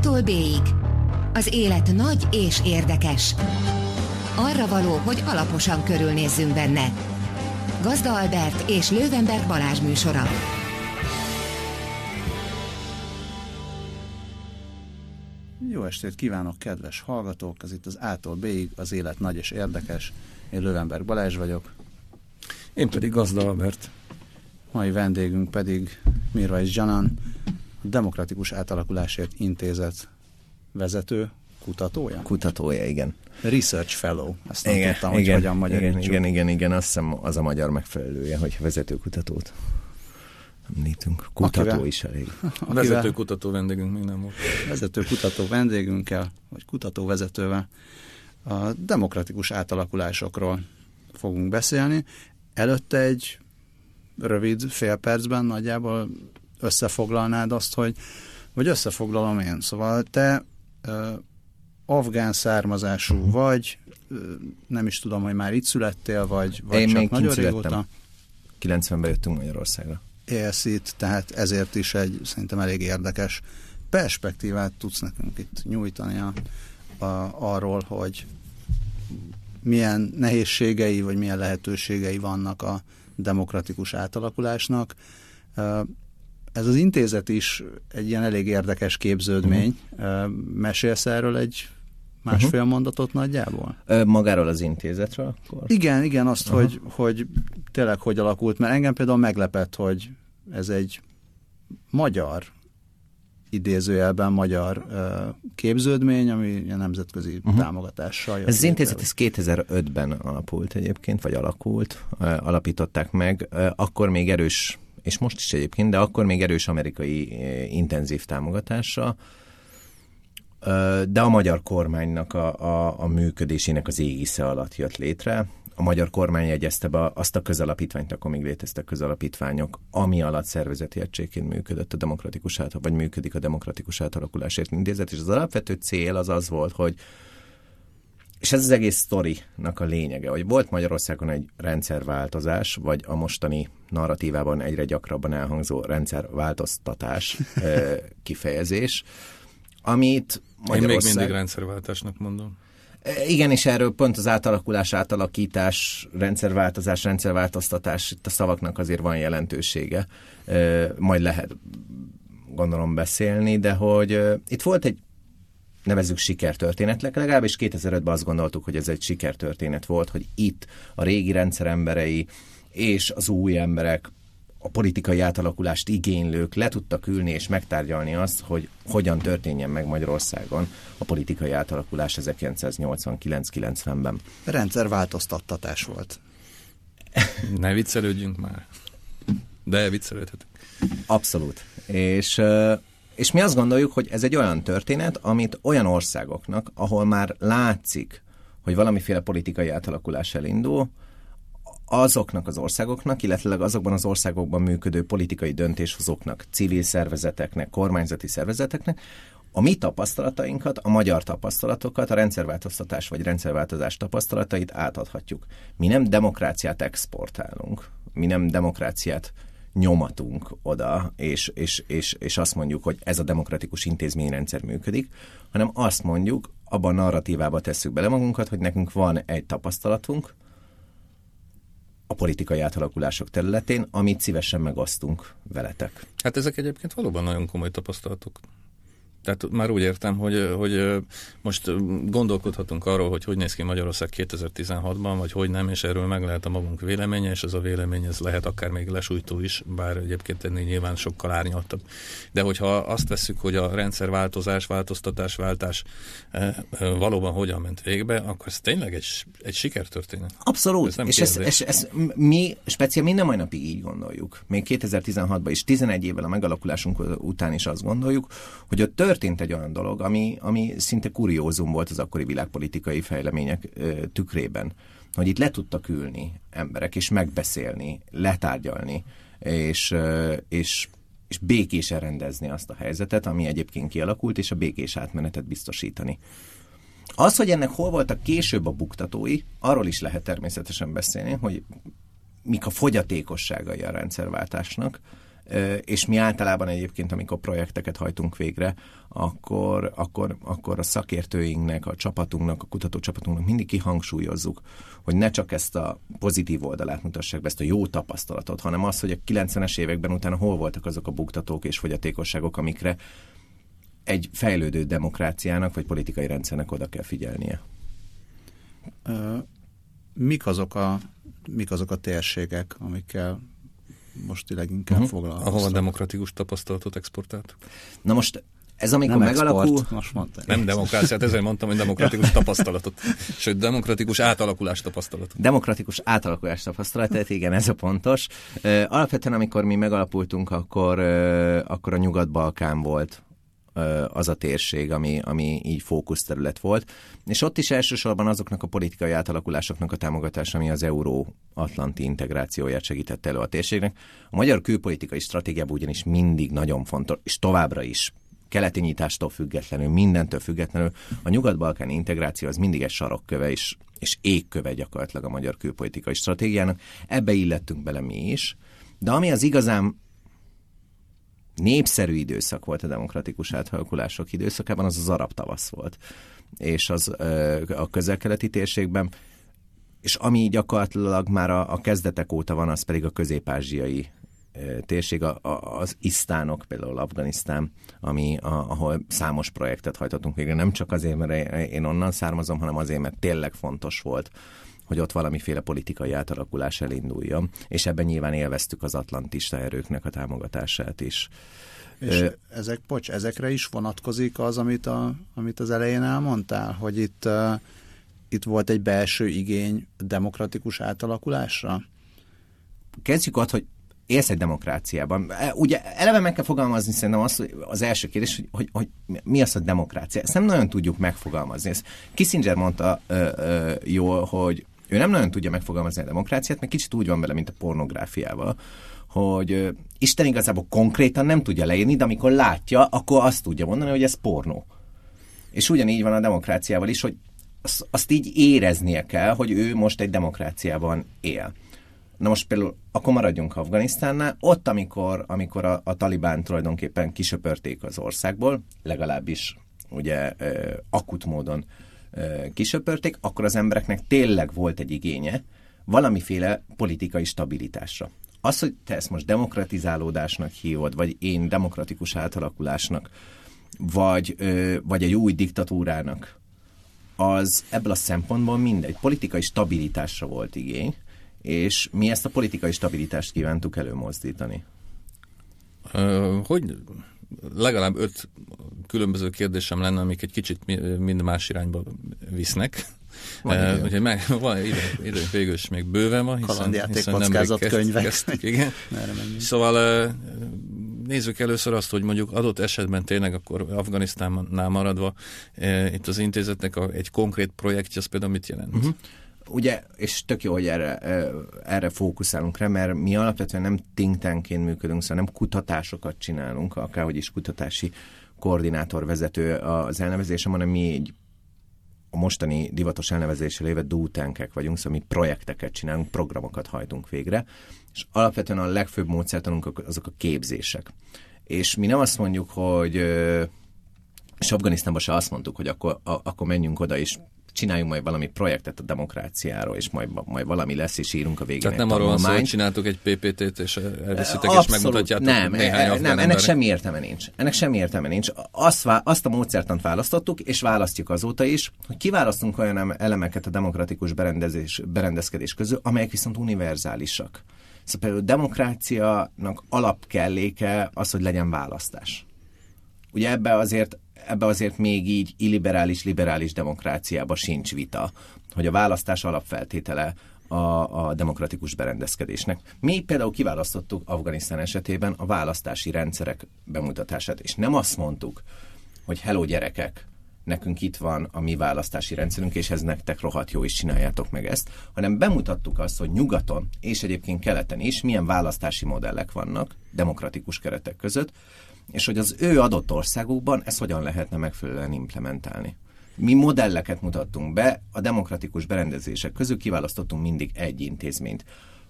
A-tól B-ig. Az élet nagy és érdekes. Arra való, hogy alaposan körülnézzünk benne. Gazda Albert és Löwenberg Balázs műsora. Jó estét kívánok, kedves hallgatók! Ez itt az A-tól B-ig, az élet nagy és érdekes. Én Löwenberg Balázs vagyok. Én pedig Gazda Albert. Mai vendégünk pedig Mirvais Zsanan, a Demokratikus Átalakulásért Intézet vezető, kutatója? Kutatója, igen. Research Fellow. Azt nem tudtam, hogy hogyan magyarítsuk. Igen, azt hiszem az a magyar megfelelője, hogy vezetőkutatót említünk. Kutató is elég. Vezetőkutató vendégünk még nem volt. Vezetőkutató vendégünkkel, vagy kutatóvezetővel a demokratikus átalakulásokról fogunk beszélni. Előtte egy rövid fél percben nagyjából összefoglalnád azt, vagy összefoglalom én. Szóval te afgán származású vagy, nem is tudom, hogy már itt születtél, vagy én csak még nagyon születtem. régóta. 90-ben jöttünk Magyarországra. Élsz itt, tehát ezért is egy szerintem elég érdekes perspektívát tudsz nekünk itt nyújtani arról, hogy milyen nehézségei, vagy milyen lehetőségei vannak a demokratikus átalakulásnak. Ez az intézet is egy ilyen elég érdekes képződmény. Mesélsz erről egy másfél mondatot nagyjából? Magáról az intézetről? Akkor? Igen, azt, hogy tényleg hogy alakult, mert engem például meglepett, hogy ez egy magyar, idézőjelben magyar képződmény, ami a nemzetközi támogatással jött. Ez az intézet 2005-ben alapult egyébként, vagy alakult, alapították meg, akkor még erős, és most is egyébként, de akkor még erős amerikai intenzív támogatással, de a magyar kormánynak a működésének az égisze alatt jött létre. A magyar kormány jegyezte be azt a közalapítványt, akkor még léteztek közalapítványok, ami alatt szervezeti egységként működött vagy működik a Demokratikus Átalakulásért Intézet, és az alapvető cél az volt, hogy, és ez az egész sztorinak a lényege, hogy volt Magyarországon egy rendszerváltozás, vagy a mostani narratívában egyre gyakrabban elhangzó rendszerváltoztatás kifejezés, amit Magyarország... Én még mindig rendszerváltásnak mondom. Igen, és erről pont az átalakulás, átalakítás, rendszerváltoztatás, itt a szavaknak azért van jelentősége. Majd lehet, gondolom, beszélni, de hogy itt volt egy, nevezzük sikertörténetnek, legalábbis 2005-ben azt gondoltuk, hogy ez egy sikertörténet volt, hogy itt a régi rendszer emberei és az új emberek, a politikai átalakulást igénylők le tudtak ülni és megtárgyalni azt, hogy hogyan történjen meg Magyarországon a politikai átalakulás 1989-90-ben. Rendszerváltoztattatás volt. Ne viccelődjünk már. De viccelődhetünk. Abszolút. És mi azt gondoljuk, hogy ez egy olyan történet, amit olyan országoknak, ahol már látszik, hogy valamiféle politikai átalakulás elindul, azoknak az országoknak, illetve azokban az országokban működő politikai döntéshozóknak, civil szervezeteknek, kormányzati szervezeteknek, a mi tapasztalatainkat, a magyar tapasztalatokat, a rendszerváltoztatás vagy rendszerváltozás tapasztalatait átadhatjuk. Mi nem demokráciát exportálunk, mi nem demokráciát nyomatunk oda, és azt mondjuk, hogy ez a demokratikus intézményrendszer működik, hanem azt mondjuk, abban a narratívába tesszük bele magunkat, hogy nekünk van egy tapasztalatunk, a politikai átalakulások területén, amit szívesen megosztunk veletek. Hát ezek egyébként valóban nagyon komoly tapasztalatok. Tehát már úgy értem, hogy most gondolkodhatunk arról, hogy néz ki Magyarország 2016-ban, vagy hogy nem, és erről meg lehet a magunk véleménye, és ez a vélemény ez lehet akár még lesújtó is, bár egyébként ennél nyilván sokkal árnyaltabb. De hogyha azt vesszük, hogy a rendszerváltozás, váltás valóban hogyan ment végbe, akkor ez tényleg egy sikertörténet. Abszolút, és ezt mi speciál minden mai napig így gondoljuk. Még 2016-ban is, 11 évvel a megalakulásunk után is azt gondoljuk, hogy ott történt egy olyan dolog, ami szinte kuriózum volt az akkori világpolitikai fejlemények tükrében, hogy itt le tudtak ülni emberek, és megbeszélni, letárgyalni, és békésen rendezni azt a helyzetet, ami egyébként kialakult, és a békés átmenetet biztosítani. Az, hogy ennek hol voltak később a buktatói, arról is lehet természetesen beszélni, hogy mik a fogyatékosságai a rendszerváltásnak, és mi általában egyébként, amikor projekteket hajtunk végre, akkor a szakértőinknek, a csapatunknak, a kutatócsapatunknak mindig kihangsúlyozzuk, hogy ne csak ezt a pozitív oldalát mutassák be, ezt a jó tapasztalatot, hanem az, hogy a 90-es években utána hol voltak azok a buktatók és fogyatékosságok, amikre egy fejlődő demokráciának vagy politikai rendszernek oda kell figyelnie. Mik azok a térségek, amikkel most leginkább foglalkoztak? Ahova demokratikus tapasztalatot exportált? Na most ez amikor megalakul... Nem demokráciát, ezért mondtam, hogy demokratikus tapasztalatot. Sőt, demokratikus átalakulás tapasztalatot. Demokratikus átalakulás tapasztalatot, igen, ez a pontos. Alapvetően, amikor mi megalapultunk, akkor a Nyugat-Balkán volt az a térség, ami így fókuszterület volt. És ott is elsősorban azoknak a politikai átalakulásoknak a támogatása, ami az euró-atlanti integrációját segítette elő a térségnek. A magyar külpolitikai stratégiában ugyanis mindig nagyon fontos, és továbbra is keleti nyitástól függetlenül, mindentől függetlenül a nyugat-balkáni integráció az mindig egy sarokköve és égköve gyakorlatilag a magyar külpolitikai stratégiának. Ebbe illettünk bele mi is. De ami az igazán népszerű időszak volt a demokratikus átalakulások időszakában, az az arab tavasz volt. És az a közel-keleti térségben, és ami gyakorlatilag már a kezdetek óta van, az pedig a közép-ázsiai térség, az isztánok, például Afganisztán, ahol számos projektet hajtottunk végre. Nem csak azért, mert én onnan származom, hanem azért, mert tényleg fontos volt, hogy ott valamiféle politikai átalakulás elinduljon, és ebben nyilván élveztük az atlantista erőknek a támogatását is. És ezekre is vonatkozik az, amit az elején elmondtál, hogy itt volt egy belső igény demokratikus átalakulásra? Kezdjük ott, hogy élsz egy demokráciában. Ugye eleve meg kell fogalmazni szerintem az első kérdés, hogy mi az a demokrácia. Ezt nem nagyon tudjuk megfogalmazni. Kissinger mondta jól, hogy ő nem nagyon tudja megfogalmazni a demokráciát, mert kicsit úgy van vele, mint a pornográfiával, hogy Isten igazából konkrétan nem tudja leírni, de amikor látja, akkor azt tudja mondani, hogy ez pornó. És ugyanígy van a demokráciával is, hogy azt így éreznie kell, hogy ő most egy demokráciában él. Na most például akkor maradjunk Afganisztánnál, ott, amikor a talibán tulajdonképpen kisöpörték az országból, legalábbis ugye akut módon kisöpörték, akkor az embereknek tényleg volt egy igénye valamiféle politikai stabilitásra. Az, hogy te ezt most demokratizálódásnak hívod, vagy én demokratikus átalakulásnak, vagy egy új diktatúrának, az ebből a szempontból mindegy. Politikai stabilitásra volt igény, és mi ezt a politikai stabilitást kívántuk előmozdítani. Hogy legalább 5 különböző kérdésem lenne, amik egy kicsit mind más irányba visznek. Úgyhogy van időnk végül is még bőven van, hiszen kockázatkönyvek. Kezdtük, igen. Szóval nézzük először azt, hogy mondjuk adott esetben tényleg akkor Afganisztánnál maradva itt az intézetnek egy konkrét projektje, az például mit jelent? Uh-huh. Ugye, és tök jó, hogy erre fókuszálunk rá, mert mi alapvetően nem think tankként működünk, szóval nem kutatásokat csinálunk, akárhogy is kutatási koordinátor vezető az elnevezésem, hanem mi a mostani divatos elnevezéssel éve do tankek vagyunk, szóval mi projekteket csinálunk, programokat hajtunk végre, és alapvetően a legfőbb módszertanunk azok a képzések. És mi nem azt mondjuk, hogy és Afganisztánban se azt mondtuk, hogy akkor menjünk oda és csináljunk majd valami projektet a demokráciáról, és majd valami lesz, és írunk a végén. Tehát nem arról van szó, hogy csináltok egy PPT-t, és elviszitek, és megmutatjátok néhány afgán nem, ennek semmi értelme nincs. Azt a módszertant választottuk, és választjuk azóta is, hogy kiválasztunk olyan elemeket a demokratikus berendezkedés közül, amelyek viszont univerzálisak. Szóval például a demokráciának alapkelléke az, hogy legyen választás. Ugye ebbe azért még így illiberális demokráciában sincs vita, hogy a választás alapfeltétele a demokratikus berendezkedésnek. Mi például kiválasztottuk Afganisztán esetében a választási rendszerek bemutatását, és nem azt mondtuk, hogy hello gyerekek, nekünk itt van a mi választási rendszerünk, és ez nektek rohadt jó, is csináljátok meg ezt, hanem bemutattuk azt, hogy nyugaton, és egyébként keleten is milyen választási modellek vannak demokratikus keretek között, és hogy az ő adott országukban ezt hogyan lehetne megfelelően implementálni. Mi modelleket mutattunk be, a demokratikus berendezések közül kiválasztottunk mindig egy intézményt.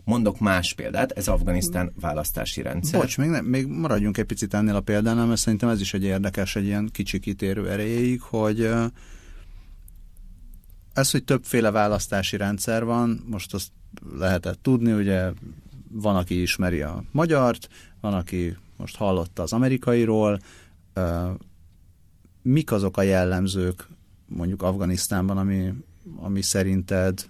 Mondok más példát, ez Afganisztán választási rendszer. Bocs, még maradjunk egy picit ennél a példánál, mert szerintem ez is egy érdekes, egy ilyen kicsi kitérő erejéig, hogy ez, hogy többféle választási rendszer van, most azt lehetett tudni, ugye van, aki ismeri a magyart, van, aki most hallotta az amerikairól. Mik azok a jellemzők mondjuk Afganisztánban, ami szerinted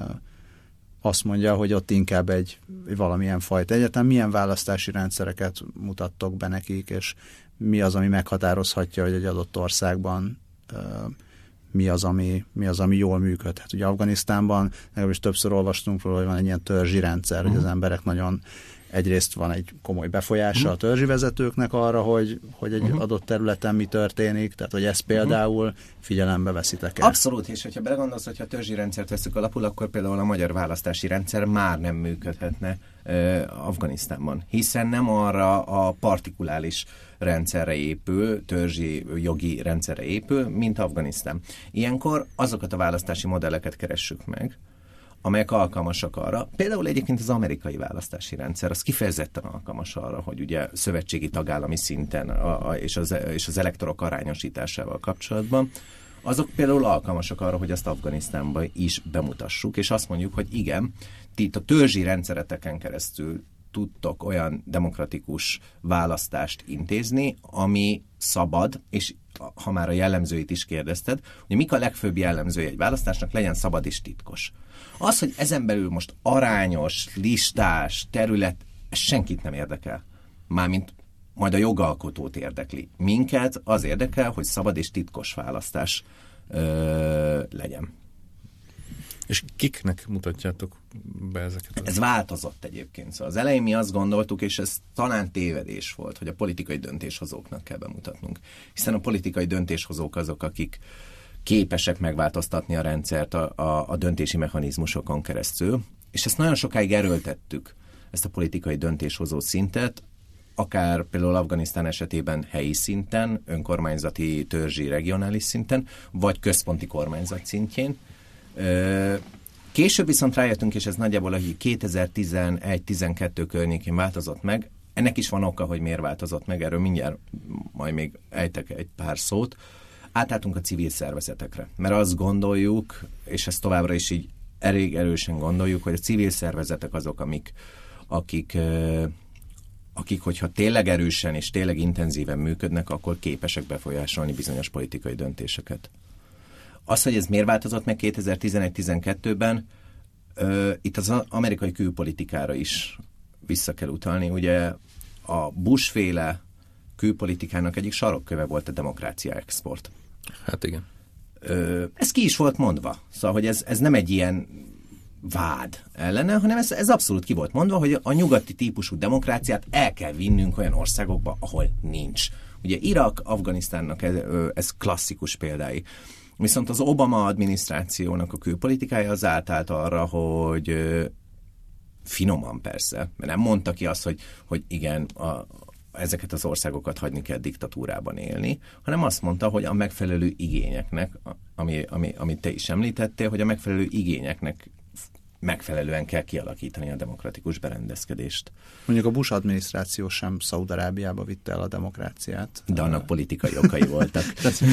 azt mondja, hogy ott inkább egy valamilyen fajta egyáltalán milyen választási rendszereket mutattok be nekik, és mi az, ami meghatározhatja, hogy egy adott országban mi az, ami jól működhet. Ugye Afganisztánban legalábbis többször olvastunk róla, hogy van egy ilyen törzsi rendszer, hogy az emberek nagyon egyrészt van egy komoly befolyása a törzsi vezetőknek arra, hogy egy adott területen mi történik, tehát hogy ezt például figyelembe veszitek el. Abszolút, és hogyha belegondolsz, hogyha a törzsi rendszert veszük alapul, akkor például a magyar választási rendszer már nem működhetne Afganisztánban, hiszen nem arra a partikuláris rendszerre épül, törzsi jogi rendszerre épül, mint Afganisztán. Ilyenkor azokat a választási modelleket keressük meg, amelyek alkalmasak arra. Például egyébként az amerikai választási rendszer, az kifejezetten alkalmas arra, hogy ugye szövetségi tagállami szinten és az elektorok arányosításával kapcsolatban, azok például alkalmasak arra, hogy azt Afganisztánban is bemutassuk, és azt mondjuk, hogy igen, ti itt a törzsi rendszereteken keresztül tudtok olyan demokratikus választást intézni, ami szabad, és ha már a jellemzőit is kérdezted, hogy mik a legfőbb jellemzője egy választásnak, legyen szabad és titkos. Az, hogy ezen belül most arányos, listás, terület, ez senkit nem érdekel. Mármint majd a jogalkotót érdekli. Minket az érdekel, hogy szabad és titkos választás legyen. És kiknek mutatjátok be ezeket? Ez változott egyébként. Szóval az elején mi azt gondoltuk, és ez talán tévedés volt, hogy a politikai döntéshozóknak kell bemutatnunk. Hiszen a politikai döntéshozók azok, akik képesek megváltoztatni a rendszert a döntési mechanizmusokon keresztül, és ezt nagyon sokáig erőltettük, ezt a politikai döntéshozó szintet, akár például Afganisztán esetében helyi szinten, önkormányzati, törzsi, regionális szinten, vagy központi kormányzat szintjén. Később viszont rájöttünk, és ez nagyjából 2011-12 környékén változott meg. Ennek is van oka, hogy miért változott meg, erről mindjárt majd még ejtek egy pár szót. Átálltunk a civil szervezetekre, mert azt gondoljuk, és ezt továbbra is így elég erősen gondoljuk, hogy a civil szervezetek azok, akik, hogyha tényleg erősen és tényleg intenzíven működnek, akkor képesek befolyásolni bizonyos politikai döntéseket. Az, hogy ez miért változott meg 2011-12-ben, itt az amerikai külpolitikára is vissza kell utalni. Ugye a Bush-féle külpolitikának egyik sarokköve volt a demokrácia export. Hát igen. Ez ki is volt mondva. Szóval, hogy ez nem egy ilyen vád ellene, hanem ez abszolút ki volt mondva, hogy a nyugati típusú demokráciát el kell vinnünk olyan országokba, ahol nincs. Ugye Irak, Afganisztánnak ez klasszikus példái. Viszont az Obama adminisztrációnak a külpolitikája az átállt arra, hogy finoman persze, mert nem mondta ki azt, hogy igen, ezeket az országokat hagyni kell diktatúrában élni, hanem azt mondta, hogy a megfelelő igényeknek, amit te is említettél, hogy a megfelelő igényeknek megfelelően kell kialakítani a demokratikus berendezkedést. Mondjuk a Bush adminisztráció sem Szaúd-Arábiába vitte el a demokráciát. De annak politikai okai voltak.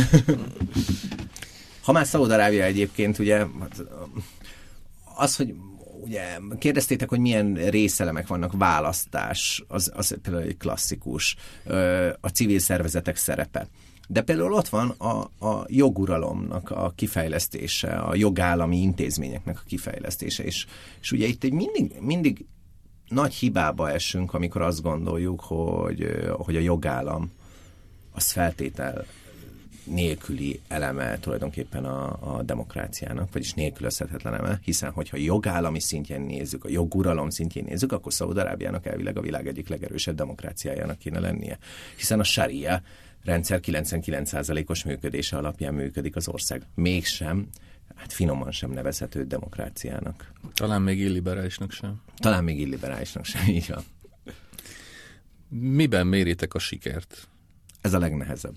Ha már Szaúd-Arábia egyébként, ugye, az, hogy ugye kérdeztétek, hogy milyen részelemek vannak, választás, az például egy klasszikus, a civil szervezetek szerepe. De például ott van a joguralomnak a kifejlesztése, a jogállami intézményeknek a kifejlesztése, és ugye itt egy mindig nagy hibába esünk, amikor azt gondoljuk, hogy a jogállam az feltétel nélküli eleme tulajdonképpen a demokráciának, vagyis nélkülözhetetlen eleme, hiszen hogyha jogállami szintjén nézzük, a joguralom szintjén nézzük, akkor Szaúd-Arábiának elvileg a világ egyik legerősebb demokráciájának kéne lennie. Hiszen a saria rendszer 99%-os működése alapján működik az ország. Mégsem, hát finoman sem nevezhető demokráciának. Talán még illiberálisnak sem. Talán még illiberálisnak sem, így van. Miben méritek a sikert? Ez a legnehezebb.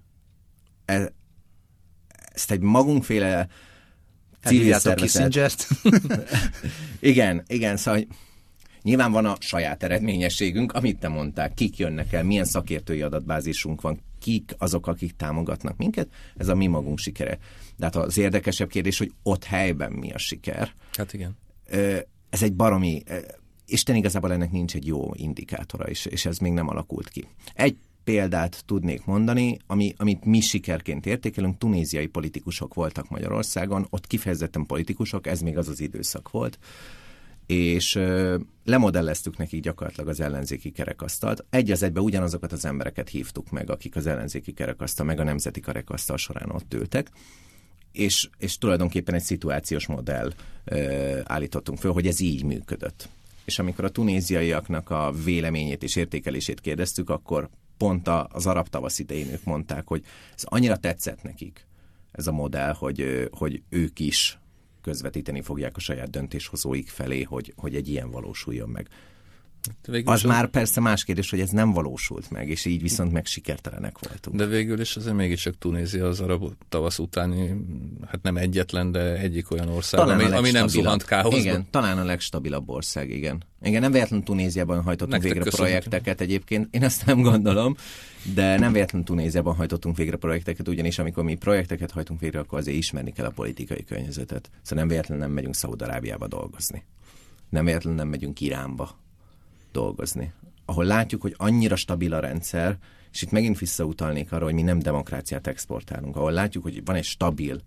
Ezt egy magunkféle civil szervezet. Kissingert. Igen, szóval Nyilván van a saját eredményességünk, amit te mondtál, kik jönnek el, milyen szakértői adatbázisunk van, kik azok, akik támogatnak minket, ez a mi magunk sikere. De hát az érdekesebb kérdés, hogy ott helyben mi a siker. Hát igen. Ez egy baromi, Isten igazából ennek nincs egy jó indikátora, és ez még nem alakult ki. Egy példát tudnék mondani, amit mi sikerként értékelünk, tunéziai politikusok voltak Magyarországon, ott kifejezetten politikusok, ez még az az időszak volt, és lemodelleztük nekik gyakorlatilag az ellenzéki kerekasztalt. Egy az egyben ugyanazokat az embereket hívtuk meg, akik az ellenzéki kerekasztal, meg a nemzeti kerekasztal során ott ültek, és tulajdonképpen egy szituációs modell állítottunk föl, hogy ez így működött. És amikor a tunéziaiaknak a véleményét és értékelését kérdeztük, akkor pont az arab tavasz idején ők mondták, hogy ez annyira tetszett nekik, ez a modell, hogy ők is közvetíteni fogják a saját döntéshozóik felé, hogy egy ilyen valósuljon meg. Az már persze más kérdés, hogy ez nem valósult meg, és így viszont meg sikertelenek voltunk. De végül is azért mégiscsak Tunézia az arab tavasz utáni, hát nem egyetlen, de egyik olyan ország, ami nem zuhant káoszba. Igen, talán a legstabilabb ország, igen. Igen, nem véletlenül Tunéziában hajtottunk végre projekteket egyébként, én ezt nem gondolom, de nem véletlenül Tunéziában hajtottunk végre projekteket, ugyanis amikor mi projekteket hajtunk végre, akkor azért ismerni kell a politikai környezetet. Szóval nem véletlenül nem megyünk Szaúd-Arábiába dolgozni. Nem véletlenül nem megyünk Iránba dolgozni, ahol látjuk, hogy annyira stabil a rendszer, és itt megint visszautalnék arra, hogy mi nem demokráciát exportálunk, ahol látjuk, hogy van egy stabil,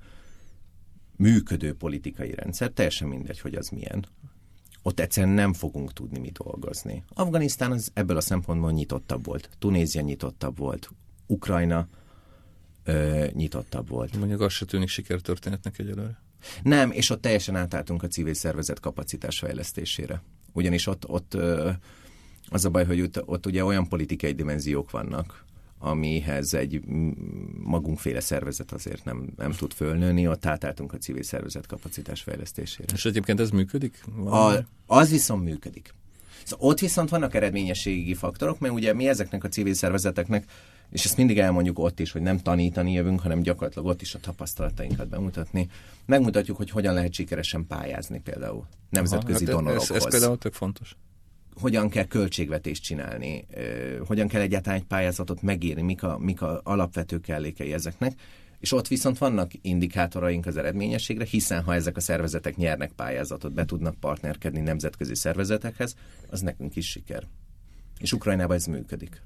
működő politikai rendszer, teljesen mindegy, hogy az milyen. Ott egyszerűen nem fogunk tudni mi dolgozni. Afganisztán az ebből a szempontból nyitottabb volt. Tunézia nyitottabb volt. Ukrajna nyitottabb volt. Mondjuk az se tűnik sikertörténetnek egyelőre. Nem, és ott teljesen átálltunk a civil szervezet kapacitásfejlesztésére. Ugyanis ott az a baj, hogy ott ugye olyan politikai dimenziók vannak, amihez egy magunkféle szervezet azért nem tud fölnőni, ott átálltunk a civil szervezet kapacitás fejlesztésére. És egyébként ez működik? Az viszont működik. Szóval ott viszont vannak eredményességi faktorok, mert ugye mi ezeknek a civil szervezeteknek, és ezt mindig elmondjuk ott is, hogy nem tanítani jövünk, hanem gyakorlatilag ott is a tapasztalatainkat bemutatni. Megmutatjuk, hogy hogyan lehet sikeresen pályázni például nemzetközi donorokhoz. Ez például tök fontos. Hogyan kell költségvetést csinálni, hogyan kell egyáltalán egy pályázatot megírni, mik a alapvető kellékei ezeknek, és ott viszont vannak indikátoraink az eredményességre, hiszen ha ezek a szervezetek nyernek pályázatot, be tudnak partnerkedni nemzetközi szervezetekhez, az nekünk is siker. És Ukrajnában ez működik.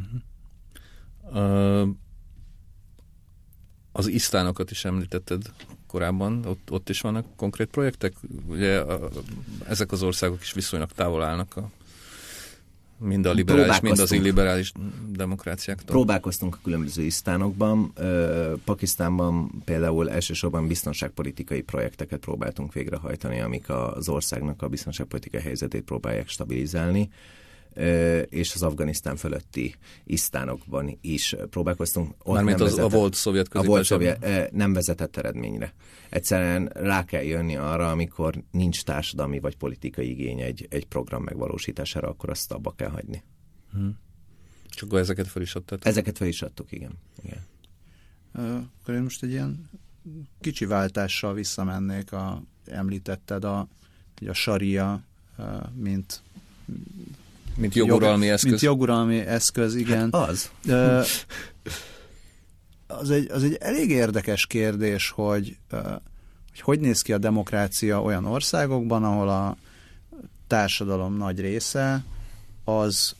Az iszlánokat is említetted korábban, ott is vannak konkrét projektek? Ugye ezek az országok is viszonylag távol állnak mind a liberális, mind az illiberális demokráciáktól. Próbálkoztunk a különböző isztánokban. Pakisztánban például elsősorban biztonságpolitikai projekteket próbáltunk végrehajtani, amik az országnak a biztonságpolitikai helyzetét próbálják stabilizálni, és az Afganisztán fölötti isztánokban is próbálkoztunk. Mármint a volt szovjet középesen. Nem vezetett eredményre. Egyszerűen rá kell jönni arra, amikor nincs társadalmi vagy politikai igény egy program megvalósítására, akkor azt abba kell hagyni. És akkor ezeket fel is adtad? Ezeket fel is adtuk, igen. Akkor én most egy ilyen kicsi váltással visszamennék, említetted a sharia, mint joguralmi eszköz. Mint joguralmi eszköz, igen. Hát az. Az egy elég érdekes kérdés, hogy néz ki a demokrácia olyan országokban, ahol a társadalom nagy része az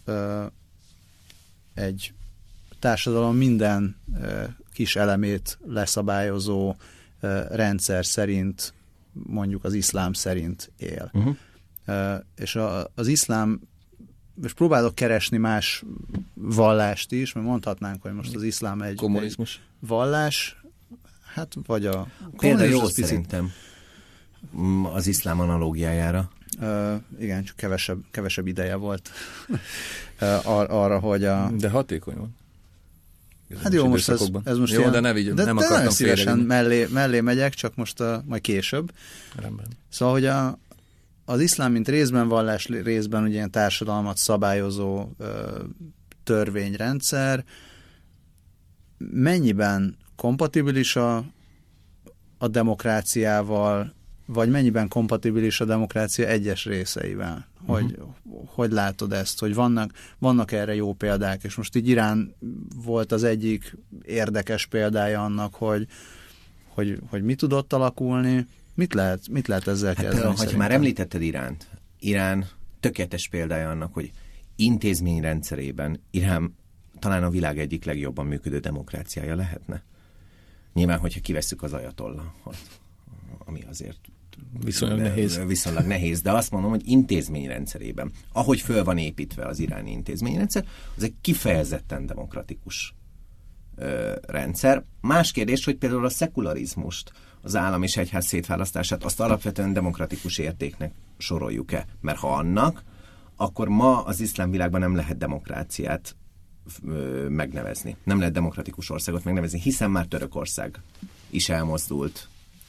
egy társadalom minden kis elemét leszabályozó rendszer szerint, mondjuk az iszlám szerint él. És az iszlám, most próbálok keresni más vallást is, mert mondhatnánk, hogy most az iszlám egy vallás, hát vagy a... Például jó szerintem az iszlám analógiájára. Igen, csak kevesebb ideje volt arra, hogy De hatékony volt. Hát jó, most ez most jó, ilyen, de nem akartam szívesen mellé megyek, csak most majd később. Rendben. Szóval, hogy az iszlám, mint részben vallás, részben ugye ilyen társadalmat szabályozó törvényrendszer, mennyiben kompatibilis a demokráciával, vagy mennyiben kompatibilis a demokrácia egyes részeivel. Hogy látod ezt, hogy vannak erre jó példák, és most így Irán volt az egyik érdekes példája annak, hogy mi tudott alakulni, mit lehet ezzel kezdeni? Ha már említetted Iránt, Irán tökéletes példája annak, hogy intézményrendszerében Irán talán a világ egyik legjobban működő demokráciája lehetne. Nyilván, hogyha kivesszük az ajatollahot, ami azért viszonylag nehéz, de azt mondom, hogy intézményrendszerében, ahogy föl van építve az iráni intézményrendszer, az egy kifejezetten demokratikus rendszer. Más kérdés, hogy például a szekularizmust, az állam és egyház szétválasztását azt alapvetően demokratikus értéknek soroljuk-e? Mert ha annak, akkor ma az iszlám világban nem lehet demokráciát megnevezni. Nem lehet demokratikus országot megnevezni, hiszen már Törökország is elmozdult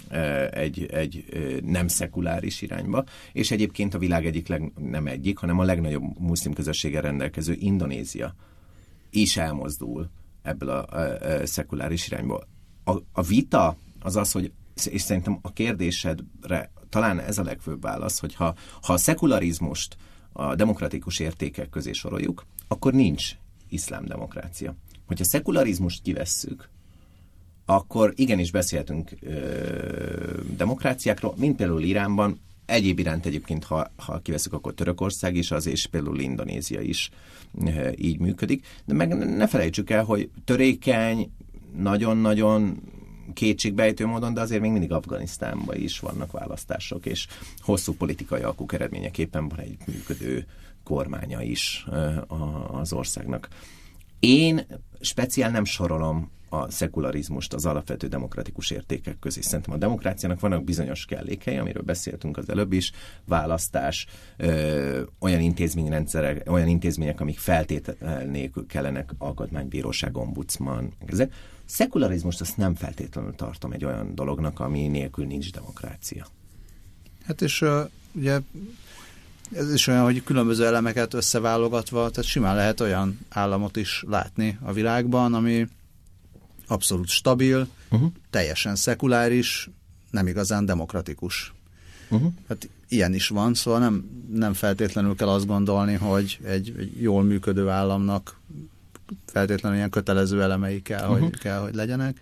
egy nem szekuláris irányba, és egyébként a világ hanem a legnagyobb muszlim közösséggel rendelkező Indonézia is elmozdul ebből a szekuláris irányba. A vita az, hogy, és szerintem a kérdésedre talán ez a legfőbb válasz, hogy ha a szekularizmust a demokratikus értékek közé soroljuk, akkor nincs iszlám demokrácia. Hogyha szekularizmust kivesszük, akkor igenis beszélhetünk demokráciákról, mint például Iránban, egyéb iránt egyébként, ha kiveszünk, akkor Törökország is az, és például Indonézia is így működik. De meg ne felejtsük el, hogy törékeny, nagyon-nagyon kétségbejtő módon, de azért még mindig Afganisztánban is vannak választások, és hosszú politikai alkuk eredményeképpen van egy működő kormánya is az országnak. Én speciál nem sorolom a szekularizmust az alapvető demokratikus értékek közé. Szerintem a demokráciának vannak bizonyos kellékei, amiről beszéltünk az előbb is, választás, olyan intézményrendszerek, olyan intézmények, amik feltétel nélkül kellenek, alkotmánybíróság, ombudsman, ezek. Szekularizmust azt nem feltétlenül tartom egy olyan dolognak, ami nélkül nincs demokrácia. Hát és ugye ez is olyan, hogy különböző elemeket összeválogatva, tehát simán lehet olyan államot is látni a világban, ami abszolút stabil, teljesen szekuláris, nem igazán demokratikus. Hát ilyen is van, szóval nem feltétlenül kell azt gondolni, hogy egy jól működő államnak feltétlenül ilyen kötelező elemei kell, hogy legyenek.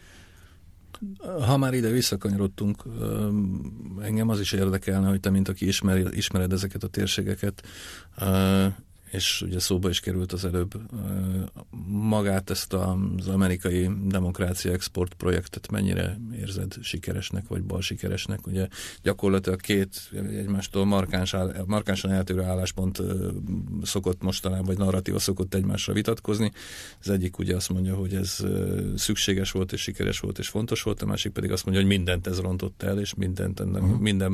Ha már ide visszakanyarodtunk, engem az is érdekelne, hogy te, mint aki ismered ezeket a térségeket, és ugye szóba is került az előbb, magát ezt az amerikai demokrácia export projektet mennyire érzed sikeresnek, vagy bal sikeresnek? Ugye gyakorlatilag két egymástól markánsan eltérő álláspont szokott mostanában, vagy narratíva szokott egymásra vitatkozni. Az egyik ugye azt mondja, hogy ez szükséges volt, és sikeres volt, és fontos volt, a másik pedig azt mondja, hogy mindent ez rontott el, és minden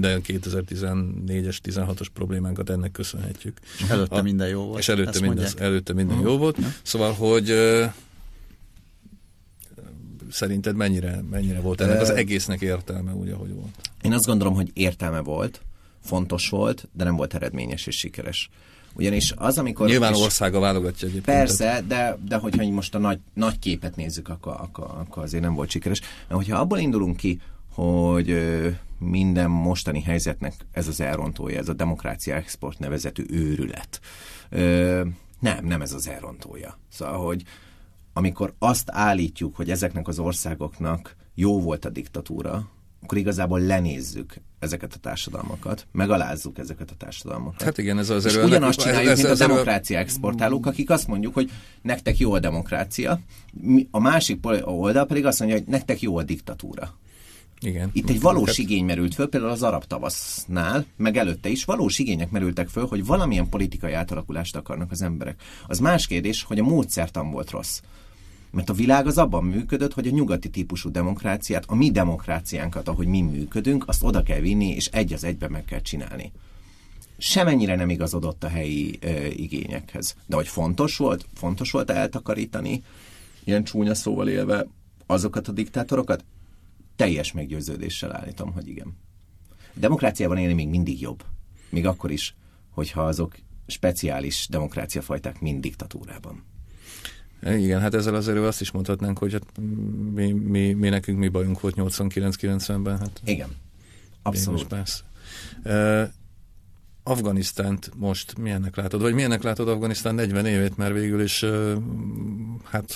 2014-es, 16-os problémánkat ennek köszönhetjük. Minden jó volt. És előtte minden jó volt. Szóval, hogy szerinted mennyire volt ennek az egésznek értelme úgy, ahogy volt? Én azt gondolom, hogy értelme volt, fontos volt, de nem volt eredményes és sikeres. Ugyanis az, amikor... Nyilván országa válogatja egyébként. Persze, de hogyha most a nagy képet nézzük, akkor azért nem volt sikeres. De hogyha abból indulunk ki, hogy minden mostani helyzetnek ez az elrontója, ez a demokrácia export nevezetű őrület. Nem ez az elrontója. Szóval, hogy amikor azt állítjuk, hogy ezeknek az országoknak jó volt a diktatúra, akkor igazából lenézzük ezeket a társadalmakat, megalázzuk ezeket a társadalmakat. Hát igen, ez az és ugyanazt csináljuk, mint a demokrácia exportálók, akik azt mondjuk, hogy nektek jó a demokrácia, a másik oldal pedig azt mondja, hogy nektek jó a diktatúra. Igen. Itt egy valós igény merült föl, például az arab tavasznál, meg előtte is valós igények merültek föl, hogy valamilyen politikai átalakulást akarnak az emberek. Az más kérdés, hogy a módszertan volt rossz. Mert a világ az abban működött, hogy a nyugati típusú demokráciát, a mi demokráciánkat, ahogy mi működünk, azt oda kell vinni, és egy az egyben meg kell csinálni. Semennyire nem igazodott a helyi igényekhez. De hogy fontos volt eltakarítani, ilyen csúnya szóval élve, azokat a diktátorokat? Teljes meggyőződéssel állítom, hogy igen. A demokráciában élni még mindig jobb. Még akkor is, hogyha azok speciális demokráciafajták, mint diktatúrában. Igen, hát ezzel azért azt is mondhatnánk, hogy hát mi nekünk mi bajunk volt 89-90-ben. Hát. Igen. Abszolút. Afganisztánt most milyennek látod? Vagy milyennek látod Afganisztán 40 évét, mert végül is hát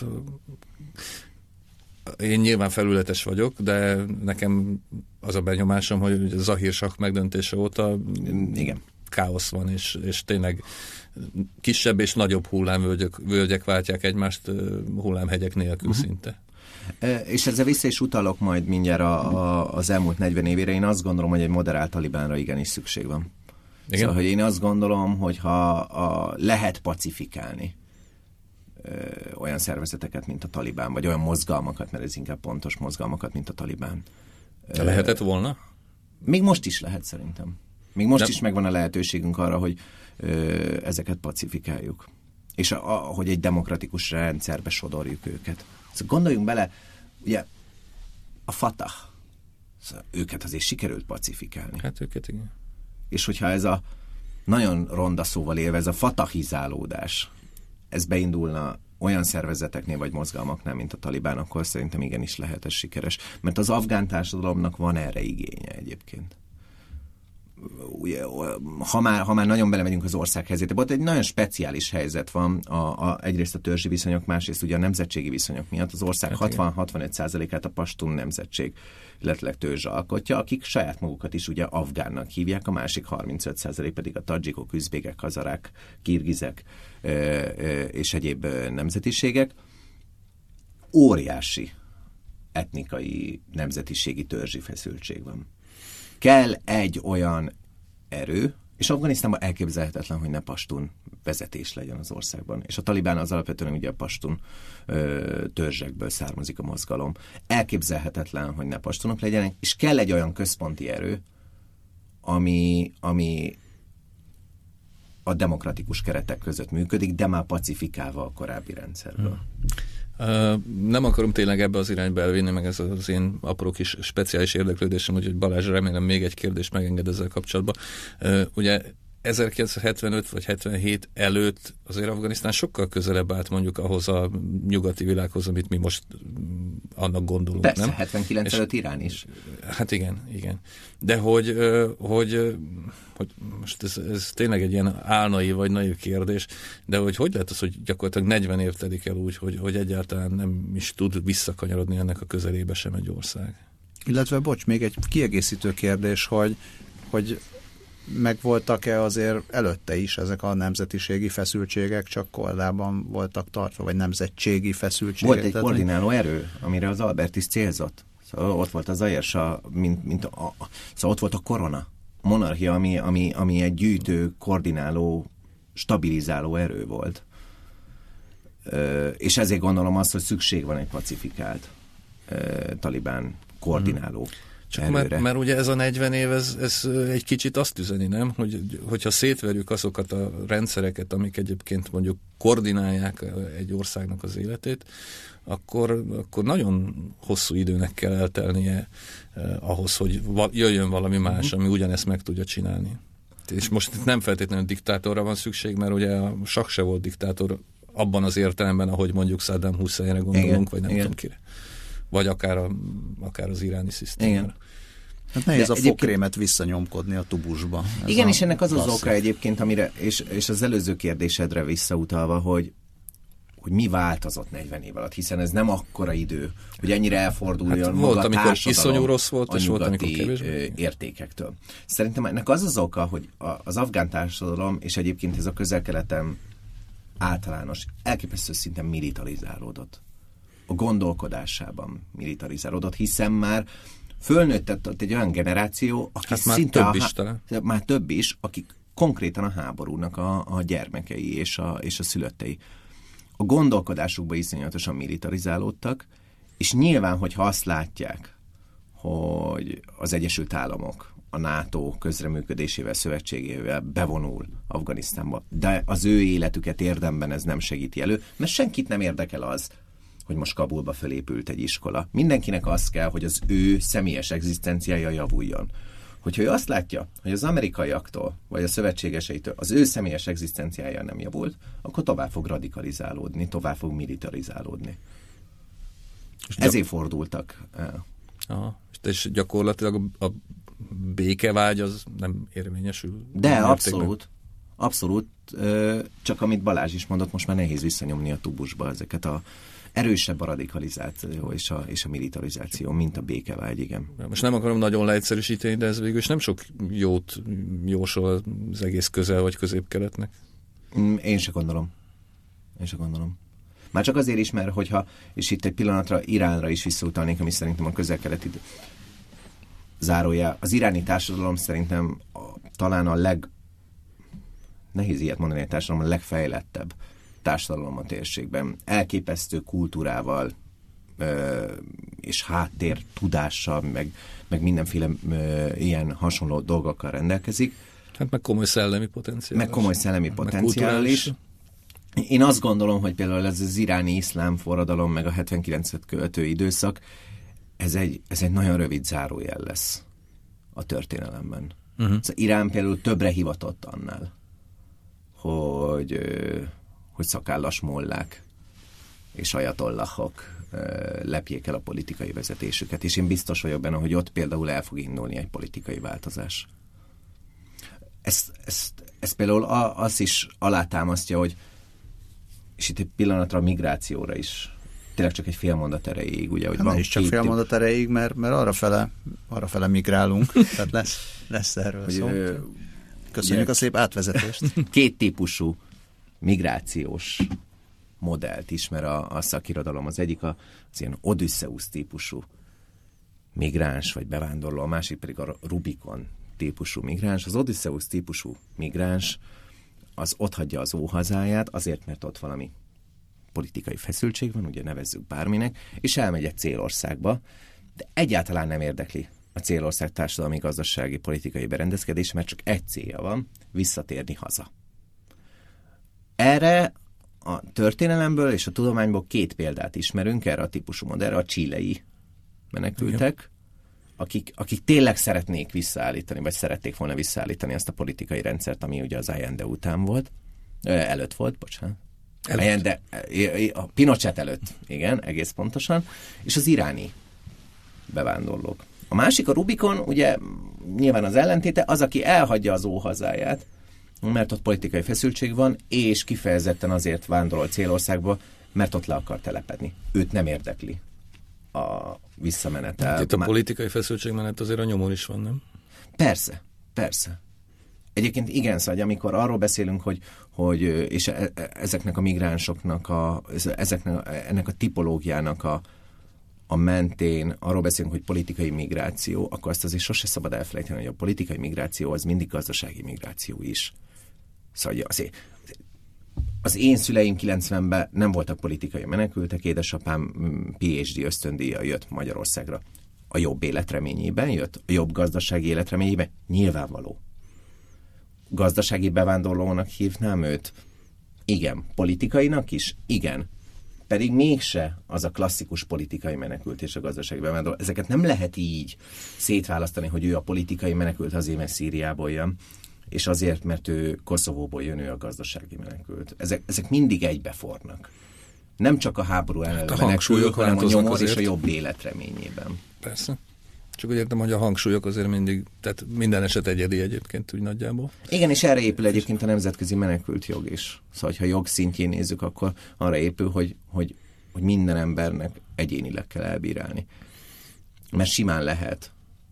én nyilván felületes vagyok, de nekem az a benyomásom, hogy a Zahir Sah megdöntése óta igen, káosz van, és tényleg kisebb és nagyobb hullámvölgyek váltják egymást hullámhegyek nélkül szinte. És ezzel vissza is utalok majd mindjárt az elmúlt 40 évére. Én azt gondolom, hogy egy moderált talibánra igenis szükség van. Igen? Szóval, hogy én azt gondolom, hogy ha lehet pacifikálni olyan szervezeteket, mint a Talibán, vagy olyan mozgalmakat, mert ez inkább pontos mozgalmakat, mint a Talibán. Lehetett volna? Még most is lehet szerintem. Még most is megvan a lehetőségünk arra, hogy ezeket pacifikáljuk. És hogy egy demokratikus rendszerbe sodorjuk őket. Szóval gondoljunk bele, ugye a Fatah, szóval őket azért sikerült pacifikálni. Hát őket igen. És hogyha ez a nagyon ronda szóval élve, ez a fatahizálódás, ez beindulna olyan szervezeteknél vagy mozgalmaknál, mint a Talibán, akkor szerintem igenis lehet ez sikeres. Mert az afgán társadalomnak van erre igénye egyébként. Ugye, ha már nagyon belemegyünk az ország helyzetébe, ott egy nagyon speciális helyzet van, egyrészt a törzsi viszonyok, másrészt ugye a nemzetségi viszonyok miatt. Az ország 60-65%-át a pastun nemzetség, illetve törzs alkotja, akik saját magukat is ugye afgánnak hívják, a másik 35% pedig a tadzsikok, üzbégek, hazarák, kirgizek és egyéb nemzetiségek. Óriási etnikai, nemzetiségi, törzsi feszültség van. Kell egy olyan erő, és Afganisztánban elképzelhetetlen, hogy ne pastun vezetés legyen az országban. És a Talibán az alapvetően ugye a pastun törzsekből származik a mozgalom. Elképzelhetetlen, hogy ne pastunok legyenek, és kell egy olyan központi erő, ami a demokratikus keretek között működik, de már pacifikálva a korábbi rendszerből. Nem akarom tényleg ebbe az irányba elvinni, meg ez az én apró kis speciális érdeklődésem, hogy Balázs, remélem még egy kérdést megenged ezzel kapcsolatban. Ugye 1975 vagy 77 előtt azért Afganisztán sokkal közelebb állt mondjuk ahhoz a nyugati világhoz, amit mi most annak gondolunk. Persze, nem? 79 előtt Irán is. Hát igen. De hogy most ez tényleg egy ilyen álnai vagy naív kérdés, de hogy lehet az, hogy gyakorlatilag 40 év telik el úgy, hogy egyáltalán nem is tud visszakanyarodni ennek a közelébe sem egy ország. Illetve, bocs, még egy kiegészítő kérdés, hogy megvoltak-e azért előtte is ezek a nemzetiségi feszültségek, csak kordában voltak tartva, vagy nemzetségi feszültségek? Volt egy koordináló erő, amire az Albert is célzott. Szóval ott volt az Zahir, szóval ott volt a korona. Monarchia, ami egy gyűjtő, koordináló, stabilizáló erő volt. És ezért gondolom azt, hogy szükség van egy pacifikált talibán koordináló erőre. Mert ugye ez a 40 év, ez egy kicsit azt üzeni, nem? Hogyha szétverjük azokat a rendszereket, amik egyébként mondjuk koordinálják egy országnak az életét, akkor nagyon hosszú időnek kell eltelnie ahhoz, hogy jöjjön valami más, ami ugyanezt meg tudja csinálni. És most nem feltétlenül diktátorra van szükség, mert ugye a Sah se volt diktátor abban az értelemben, ahogy mondjuk Saddam Husseinre gondolunk, igen, vagy nem tudom kire. Vagy akár az iráni szisztémára. Hát nehéz a fogkrémet visszanyomkodni a tubusba. Igen, és ennek az oka egyébként, amire, és az előző kérdésedre visszautalva, hogy mi változott 40 év alatt, hiszen ez nem akkora idő, hogy ennyire elforduljon volt, amikor iszonyú rossz volt, és volt, amikor kevésbé értékektől. Szerintem ennek az az oka, hogy az afgán társadalom, és egyébként ez a Közel-Keleten általános, elképesztő szinten militarizálódott. A gondolkodásában militarizálódott, hiszen már fölnőtt egy olyan generáció, aki szinte már több is, akik konkrétan a háborúnak a gyermekei és a szülöttei. A gondolkodásukba iszonyatosan militarizálódtak, és nyilván, hogyha azt látják, hogy az Egyesült Államok a NATO közreműködésével, szövetségével bevonul Afganisztánba, de az ő életüket érdemben ez nem segíti elő, mert senkit nem érdekel az, hogy most Kabulba fölépült egy iskola. Mindenkinek az kell, hogy az ő személyes egzisztenciája javuljon. Hogyha ő azt látja, hogy az amerikaiaktól, vagy a szövetségeseitől az ő személyes egzisztenciája nem javult, akkor tovább fog radikalizálódni, tovább fog militarizálódni. Ezért fordultak el. Aha. És gyakorlatilag békevágy az nem érvényesül. De abszolút, csak amit Balázs is mondott, most már nehéz visszanyomni a tubusba ezeket a erősebb a radikalizáció és a militarizáció, mint a békevágy, igen. Most nem akarom nagyon leegyszerűsíteni, de ez végül is nem sok jót jósol az egész közel vagy középkeletnek. Én se gondolom. Már csak azért is, mert hogyha, és itt egy pillanatra Iránra is visszautalnék, ami szerintem a közel-keleti zárójel. Az iráni társadalom szerintem talán nehéz ilyet mondani, a társadalom a legfejlettebb társadalom a térségben. Elképesztő kultúrával és háttér tudással, meg mindenféle ilyen hasonló dolgokkal rendelkezik. Hát meg komoly szellemi potenciál is. Én azt gondolom, hogy például ez az iráni iszlám forradalom, meg a 79-et követő időszak, ez egy nagyon rövid zárójel lesz a történelemben. Szóval Irán például többre hivatott annál, hogy szakállas mollák és ajatollahok lepjék el a politikai vezetésüket, és én biztos vagyok benne, hogy ott például el fog indulni egy politikai változás. Ez például azt is alátámasztja, hogy és itt egy pillanatra a migrációra is tényleg csak egy fél mondat erejéig, ugye, hogy van is csak fél mondat erejéig, mert arrafele migrálunk, tehát lesz erről szó. Köszönjük a szép átvezetést. Két típusú migrációs modellt ismer a szakirodalom. Az egyik az ilyen Odysseus típusú migráns vagy bevándorló, a másik pedig a Rubikon típusú migráns. Az Odysseus típusú migráns az ott hagyja az óhazáját, azért, mert ott valami politikai feszültség van, ugye nevezzük bárminek, és elmegy egy célországba, de egyáltalán nem érdekli a célország társadalmi, gazdasági, politikai berendezkedés, mert csak egy célja van, visszatérni haza. Erre a történelemből és a tudományból két példát ismerünk erre a típusú modellre, a chilei menekültek, akik tényleg szeretnék visszaállítani, vagy szerették volna visszaállítani azt a politikai rendszert, ami ugye az Allende után volt, előtt volt, bocsánat. Allende, a Pinochet előtt, igen, egész pontosan, és az iráni bevándorlók. A másik, a Rubikon, ugye nyilván az ellentéte, az, aki elhagyja az óhazáját, mert ott politikai feszültség van, és kifejezetten azért vándorol célországba, mert ott le akar telepedni. Őt nem érdekli a visszamenetel. Itt a politikai feszültség mellett azért a nyomor is van, nem? Persze. Egyébként igen, szóval, amikor arról beszélünk, hogy és ezeknek a migránsoknak, ennek a tipológiának a mentén arról beszélünk, hogy politikai migráció, akkor azt azért sose szabad elfelejteni, hogy a politikai migráció az mindig gazdasági migráció is. Szóval az én szüleim 90-ben nem voltak politikai menekültek, édesapám PhD ösztöndíjjal jött Magyarországra. A jobb életreményében jött, a jobb gazdasági életreményében nyilvánvaló. Gazdasági bevándorlónak hívnám őt? Igen. Politikainak is? Igen. Pedig mégse az a klasszikus politikai menekült és a gazdasági bevándorló. Ezeket nem lehet így szétválasztani, hogy ő a politikai menekült azért, mert Szíriából jön, és azért, mert ő Koszovóból jön, ő a gazdasági menekült. Ezek mindig egybefornak. Nem csak a háború ellen menekülők, hanem a nyomor és a jobb életreményében. Persze. Csak úgy értem, hogy a hangsúlyok azért mindig, tehát minden eset egyedi egyébként úgy nagyjából. Igen, és erre épül egyébként a nemzetközi menekült jog is. Szóval, ha jog szintjén nézzük, akkor arra épül, hogy minden embernek egyénileg kell elbírálni. Mert simán lehet,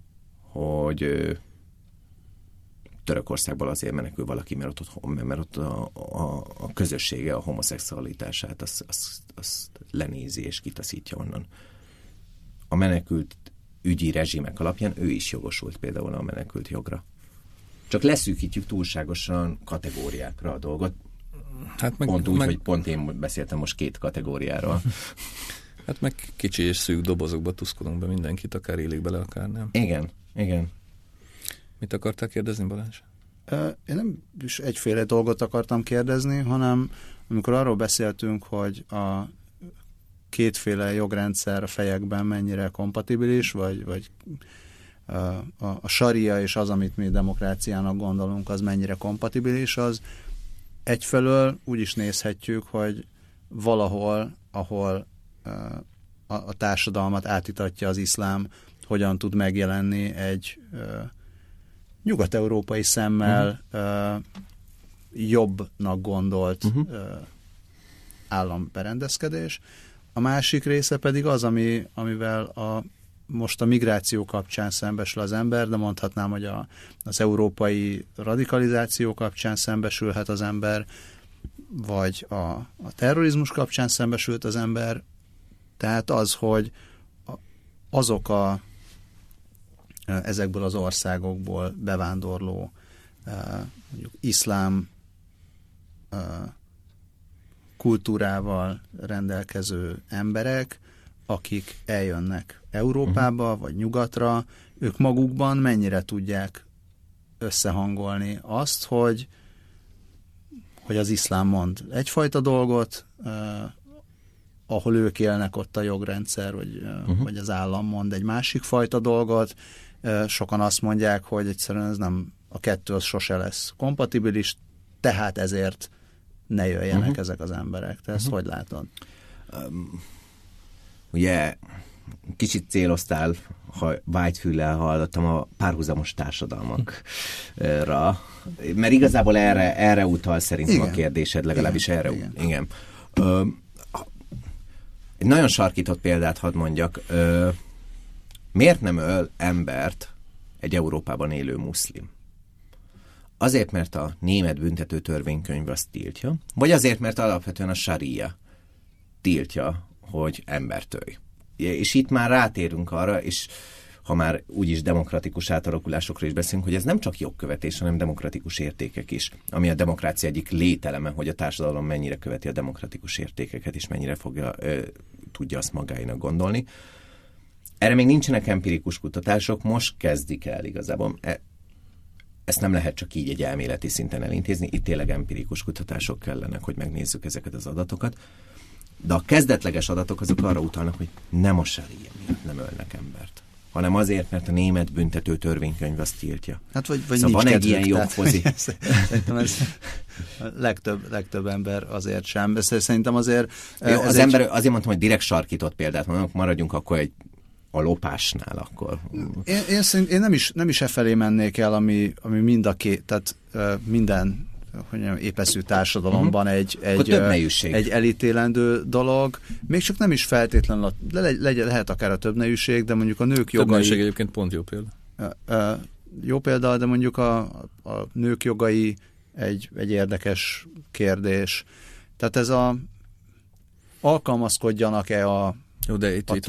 hogy Törökországból azért menekül valaki, mert ott a közössége a homoszexualitását azt lenézi és kitaszítja onnan. A menekült ügyi rezsimek alapján ő is jogosult például a menekült jogra. Csak leszűkítjük túlságosan kategóriákra a dolgot. Hát hogy pont én beszéltem most két kategóriáról. Hát meg kicsi és szűk dobozokba tuszkolunk be mindenkit, akár élik bele, akár nem. Igen. Mit akartál kérdezni, Balázs? Én nem is egyféle dolgot akartam kérdezni, hanem amikor arról beszéltünk, hogy a kétféle jogrendszer a fejekben mennyire kompatibilis, vagy a saria és az, amit mi demokráciának gondolunk, az mennyire kompatibilis, az egyfelől úgy is nézhetjük, hogy valahol, ahol a társadalmat átítatja az iszlám, hogyan tud megjelenni egy nyugat-európai szemmel jobbnak gondolt államberendezkedés. A másik része pedig az, amivel most a migráció kapcsán szembesül az ember, de mondhatnám, hogy az európai radikalizáció kapcsán szembesülhet az ember, vagy a terrorizmus kapcsán szembesült az ember. Tehát az, hogy azok ezekből az országokból bevándorló mondjuk iszlám kultúrával rendelkező emberek, akik eljönnek Európába vagy nyugatra, ők magukban mennyire tudják összehangolni azt, hogy az iszlám mond egyfajta dolgot, ahol ők élnek, ott a jogrendszer, vagy az állam mond egy másik fajta dolgot. Sokan azt mondják, hogy egyszerűen ez nem, a kettő az sose lesz kompatibilis, tehát ezért ne jöjjenek ezek az emberek. Te ezt hogy látod? Ugye kicsit céloztál, ha vágyfüllel hallottam a párhuzamos társadalmakra, mert igazából erre utal szerintem a kérdésed, legalábbis erre. Igen. Egy nagyon sarkított példát hadd mondjak. Miért nem öl embert egy Európában élő muszlim? Azért, mert a német büntető törvénykönyv azt tiltja, vagy azért, mert alapvetően a saria tiltja, hogy embert ölj. És itt már rátérünk arra, és ha már úgyis demokratikus átalakulásokról is beszélünk, hogy ez nem csak jogkövetés, hanem demokratikus értékek is, ami a demokrácia egyik lételeme, hogy a társadalom mennyire követi a demokratikus értékeket, és mennyire tudja azt magáinak gondolni. Erre még nincsenek empirikus kutatások, most kezdik el igazából. Ezt nem lehet csak így egy elméleti szinten elintézni, itt tényleg empirikus kutatások kellenek, hogy megnézzük ezeket az adatokat. De a kezdetleges adatok azok arra utalnak, hogy nem a saria miatt nem ölnek embert, hanem azért, mert a német büntető törvénykönyv azt tiltja. Hát vagy szóval van egy ilyen jogfozi. Szerintem ez legtöbb ember azért sem. Szerintem azért... Jó, az ember, azért mondtam, hogy direkt sarkított példát mondok, maradjunk akkor a lopásnál akkor. Én nem is e felé mennék el, ami mind a két, tehát minden épeszű társadalomban egy elítélendő dolog. Még csak nem is feltétlenül, lehet akár a többnejűség, de mondjuk a nők jogai... Többnejűség egyébként pont jó példa. Jó példa, de mondjuk a nők jogai egy érdekes kérdés. Tehát ez alkalmazkodjanak-e a jó, de itt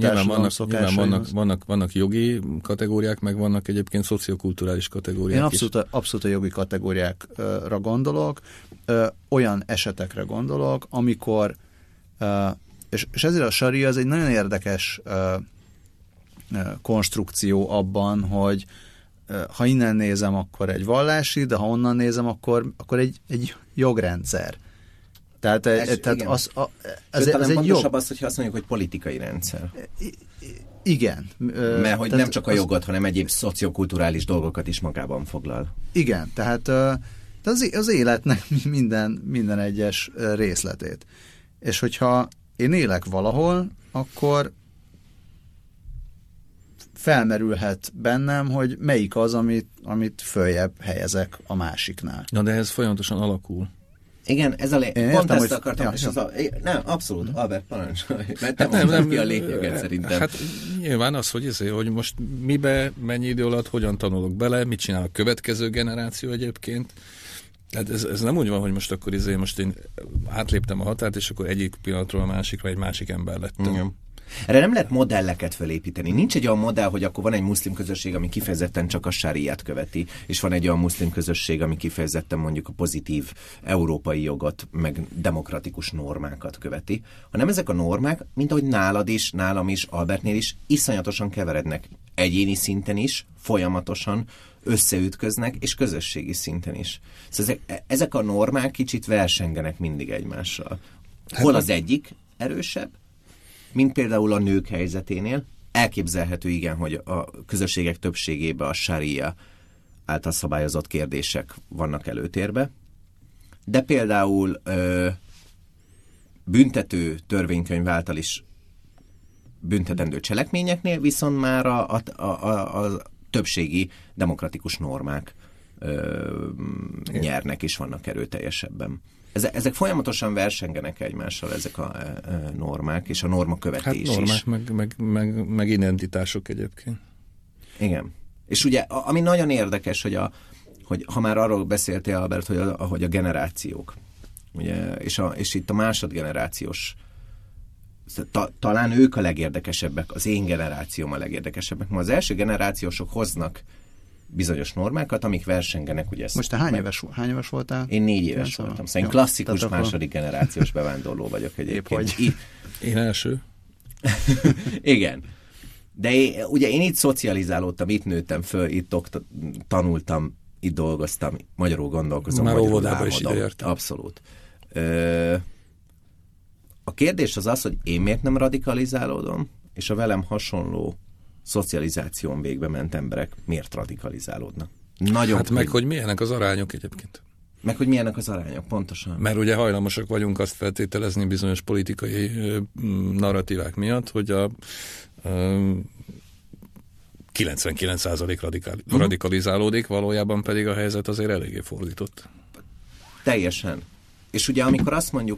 vannak jogi kategóriák, meg vannak egyébként szociokulturális kategóriák. Én abszolút a jogi kategóriákra gondolok, olyan esetekre gondolok, amikor, és ezért a saria az egy nagyon érdekes konstrukció abban, hogy ha innen nézem, akkor egy vallási, de ha onnan nézem, akkor egy jogrendszer. Tehát ez egy pontosabb az, hogyha azt mondjuk, hogy politikai rendszer. Igen. Mert hogy nem csak a jogot, hanem egyéb szociokulturális dolgokat is magában foglal. Igen, tehát az életnek minden egyes részletét. És hogyha én élek valahol, akkor felmerülhet bennem, hogy melyik az, amit följebb helyezek a másiknál. Na, de ez folyamatosan alakul. Igen, ez pont ezt akartam. Nem, abszolút, Albert, parancsolj. Mert te mondtad ki a lényeget szerintem. Hát nyilván az, hogy most mibe, mennyi idő alatt, hogyan tanulok bele, mit csinál a következő generáció egyébként. Tehát ez nem úgy van, hogy most akkor most én átléptem a határt, és akkor egyik pillanatról a másikra egy másik ember lettem. Igen. Erre nem lehet modelleket felépíteni. Nincs egy olyan modell, hogy akkor van egy muszlim közösség, ami kifejezetten csak a sáriát követi, és van egy olyan muszlim közösség, ami kifejezetten mondjuk a pozitív európai jogot, meg demokratikus normákat követi, hanem ezek a normák, mint ahogy nálad is, nálam is, Albertnél is, iszonyatosan keverednek. Egyéni szinten is, folyamatosan összeütköznek, és közösségi szinten is. Szóval ezek a normák kicsit versengenek mindig egymással. Hol az egyik erősebb, mint például a nők helyzeténél. Elképzelhető, igen, hogy a közösségek többségében a sária által szabályozott kérdések vannak előtérbe, de például büntető törvénykönyv által is büntetendő cselekményeknél, viszont már a többségi demokratikus normák nyernek és vannak erőteljesebben. Ezek folyamatosan versengenek egymással, ezek a normák, és a normakövetés normák is. meg identitások egyébként. Igen. És ugye, ami nagyon érdekes, hogy ha már arról beszéltél, Albert, hogy a generációk, ugye, és itt a másodgenerációs, talán ők a legérdekesebbek, az én generációm a legérdekesebbek. Ma az első generációsok hoznak bizonyos normákat, amik versengenek. Ugye most te hány éves voltál? Én 4 éves voltam. Szóval klasszikus második generációs bevándorló vagyok egyébként. Én első. Igen. De ugye én itt szocializálódtam, itt nőttem föl, itt tanultam, itt dolgoztam, magyarul gondolkozom, már magyarul óvodába is ide értem. Abszolút. A kérdés az, hogy én miért nem radikalizálódom, és a velem hasonló szocializáción végbe ment emberek miért radikalizálódnak. Nagyon meg hogy milyenek az arányok egyébként. Meg hogy milyenek az arányok, pontosan. Mert ugye hajlamosak vagyunk azt feltételezni bizonyos politikai narratívák miatt, hogy a 99% radikalizálódik, valójában pedig a helyzet azért eléggé fordított. Teljesen. És ugye amikor azt mondjuk,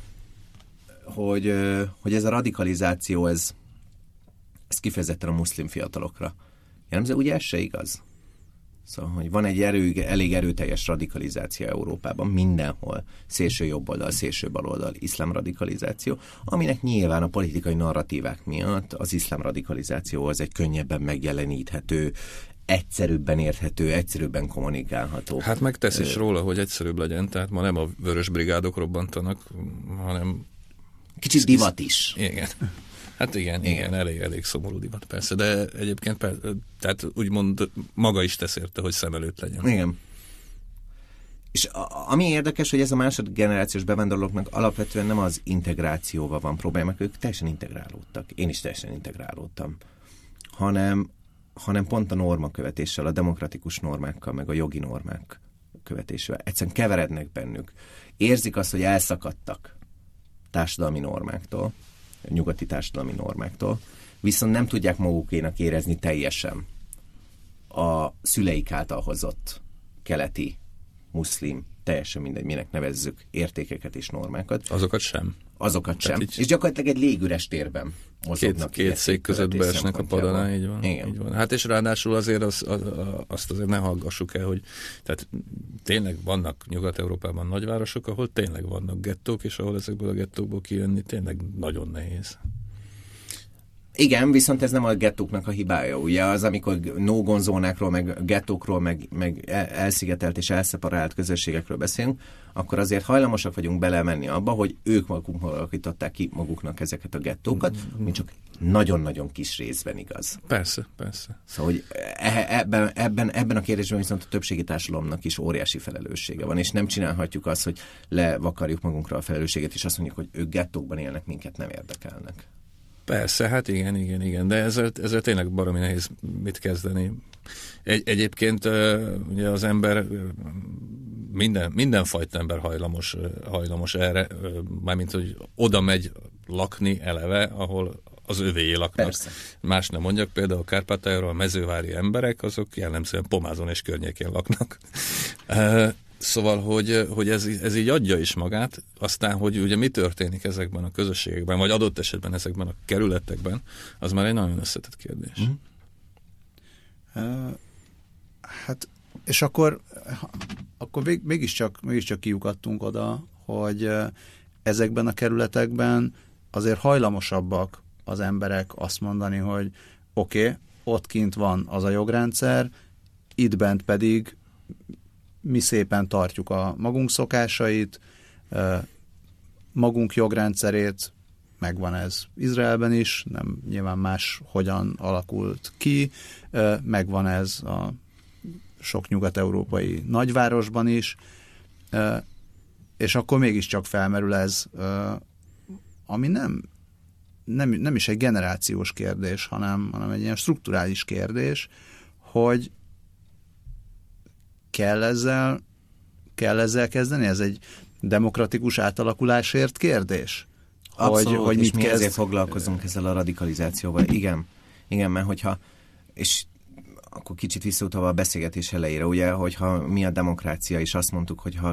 hogy ez a radikalizáció, ez kifejezetten a muszlim fiatalokra jellemző, ugye ez se igaz. Szóval, hogy van egy elég erőteljes radikalizáció Európában, mindenhol, szélső jobboldal, szélső baloldal, iszlám radikalizáció, aminek nyilván a politikai narratívák miatt az iszlám radikalizáció az egy könnyebben megjeleníthető, egyszerűbben érthető, egyszerűbben kommunikálható. Hát megtesz is róla, hogy egyszerűbb legyen, tehát ma nem a vörös brigádok robbantanak, hanem... Kicsit divat is. Igen. Hát igen, elég szomorú divat persze, de egyébként tehát úgymond maga is tesz érte, hogy szem előtt legyen. Igen. És ami érdekes, hogy ez a másodgenerációs bevándorlóknak alapvetően nem az integrációval van problémák, ők teljesen integrálódtak. Én is teljesen integrálódtam. Hanem pont a normakövetéssel, a demokratikus normákkal, meg a jogi normák követésével. Egyszerűen keverednek bennük. Érzik azt, hogy elszakadtak társadalmi normáktól, nyugati társadalmi normáktól, viszont nem tudják magukénak érezni teljesen a szüleik által hozott keleti, muszlim, teljesen mindegy, minek nevezzük, értékeket és normákat. Azokat sem. Azokat sem. És gyakorlatilag egy légüres térben mozognak. Két szék között beesnek a padon alá, így van. Igen. Így van. Hát és ráadásul azért azt azért ne hallgassuk el, hogy tehát tényleg vannak Nyugat-Európában nagyvárosok, ahol tényleg vannak gettók, és ahol ezekből a gettókból kijönni tényleg nagyon nehéz. Igen, viszont ez nem a gettóknak a hibája. Ugye az, amikor no-go zónákról, meg gettókról, meg elszigetelt és elszeparált közösségekről beszélünk, akkor azért hajlamosak vagyunk belemenni abba, hogy ők maguk alakították ki maguknak ezeket a gettókat, mint csak nagyon-nagyon kis részben igaz. Persze. Szóval, hogy ebben a kérdésben viszont a többségi társadalomnak is óriási felelőssége van, és nem csinálhatjuk azt, hogy levakarjuk magunkra a felelősséget, és azt mondjuk, hogy ők gettókban élnek, minket nem érdekelnek. Persze, hát igen, de ezzel tényleg baromi nehéz mit kezdeni. Egyébként ugye az ember, mindenfajta ember hajlamos erre, mármint, hogy oda megy lakni eleve, ahol az övéjé laknak. Persze. Más nem mondjak, például Kárpátaljánról a mezővári emberek, azok jellemzően Pomázon és környékén laknak. Szóval, hogy ez így adja is magát, aztán, hogy ugye mi történik ezekben a közösségekben, vagy adott esetben ezekben a kerületekben, az már egy nagyon összetett kérdés. Hát, és akkor mégiscsak kiukadtunk oda, hogy ezekben a kerületekben azért hajlamosabbak az emberek azt mondani, hogy oké, ott kint van az a jogrendszer, itt bent pedig mi szépen tartjuk a magunk szokásait, magunk jogrendszerét, megvan ez Izraelben is, nem nyilván más hogyan alakult ki, megvan ez a sok nyugat-európai nagyvárosban is, és akkor mégiscsak felmerül ez, ami nem is egy generációs kérdés, hanem egy ilyen strukturális kérdés, hogy kell ezzel kezdeni? Ez egy demokratikus átalakulásért kérdés? Abszolút, hogy mit mi kezd. ezért foglalkozunk ezzel a radikalizációval. Igen, mert hogyha, és akkor kicsit visszautalva a beszélgetés elejére, ugye, hogyha mi a demokrácia, és azt mondtuk, hogyha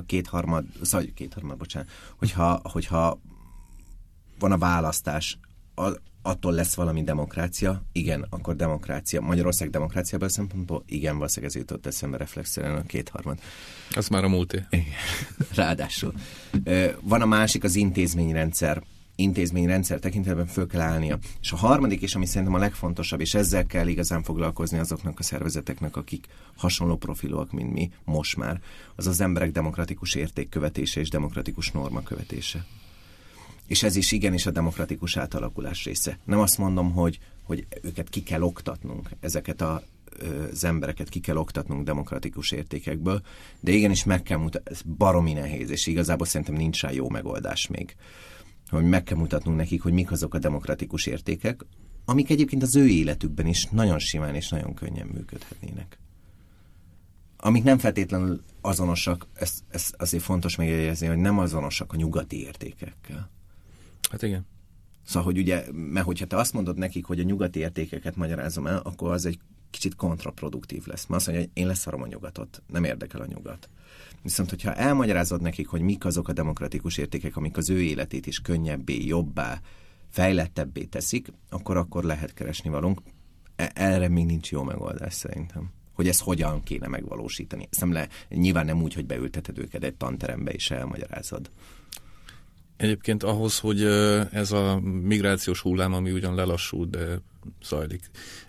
hogyha van a választás, attól lesz valami demokrácia, igen, akkor demokrácia. Magyarország demokráciában szempontból, igen, valószínűleg ez jutott eszembe reflexzően a 2/3. Az már a múlté. Ráadásul. Van a másik, az intézményrendszer tekintetben föl kell állnia. És a harmadik is, ami szerintem a legfontosabb, és ezzel kell igazán foglalkozni azoknak a szervezeteknek, akik hasonló profilúak, mint mi most már, az az emberek demokratikus értékkövetése és demokratikus norma követése. És ez is igenis a demokratikus átalakulás része. Nem azt mondom, hogy őket ki kell oktatnunk, ezeket az embereket ki kell oktatnunk demokratikus értékekből, de igenis meg kell mutatni, ez baromi nehéz, és igazából szerintem nincs rá jó megoldás még, hogy meg kell mutatnunk nekik, hogy mik azok a demokratikus értékek, amik egyébként az ő életükben is nagyon simán és nagyon könnyen működhetnének. Amik nem feltétlenül azonosak, ez azért fontos megjegyezni, hogy nem azonosak a nyugati értékekkel. Hát igen. Szóval, hogy ugye, mert hogyha te azt mondod nekik, hogy a nyugati értékeket magyarázom el, akkor az egy kicsit kontraproduktív lesz. Mert azt mondja, hogy én leszarom a nyugatot, nem érdekel a nyugat. Viszont, hogyha elmagyarázod nekik, hogy mik azok a demokratikus értékek, amik az ő életét is könnyebbé, jobbá, fejlettebbé teszik, akkor lehet keresni valunk. Erre még nincs jó megoldás szerintem. Hogy ezt hogyan kéne megvalósítani. Nyilván nem úgy, hogy beülteted őket egy tanterembe és elmagyarázod. Egyébként ahhoz, hogy ez a migrációs hullám, ami ugyan lelassult, de zajlik.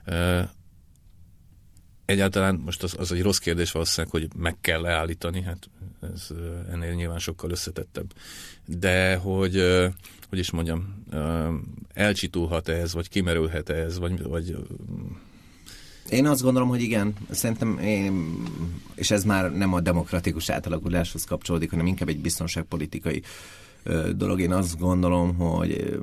Egyáltalán most az egy rossz kérdés valószínűleg, hogy meg kell leállítani, hát ez ennél nyilván sokkal összetettebb. De hogy is mondjam, elcsitulhat-e ez, vagy kimerülhet-e ez, vagy Én azt gondolom, hogy igen. Szerintem és ez már nem a demokratikus átalakuláshoz kapcsolódik, hanem inkább egy biztonságpolitikai dolog. Én azt gondolom, hogy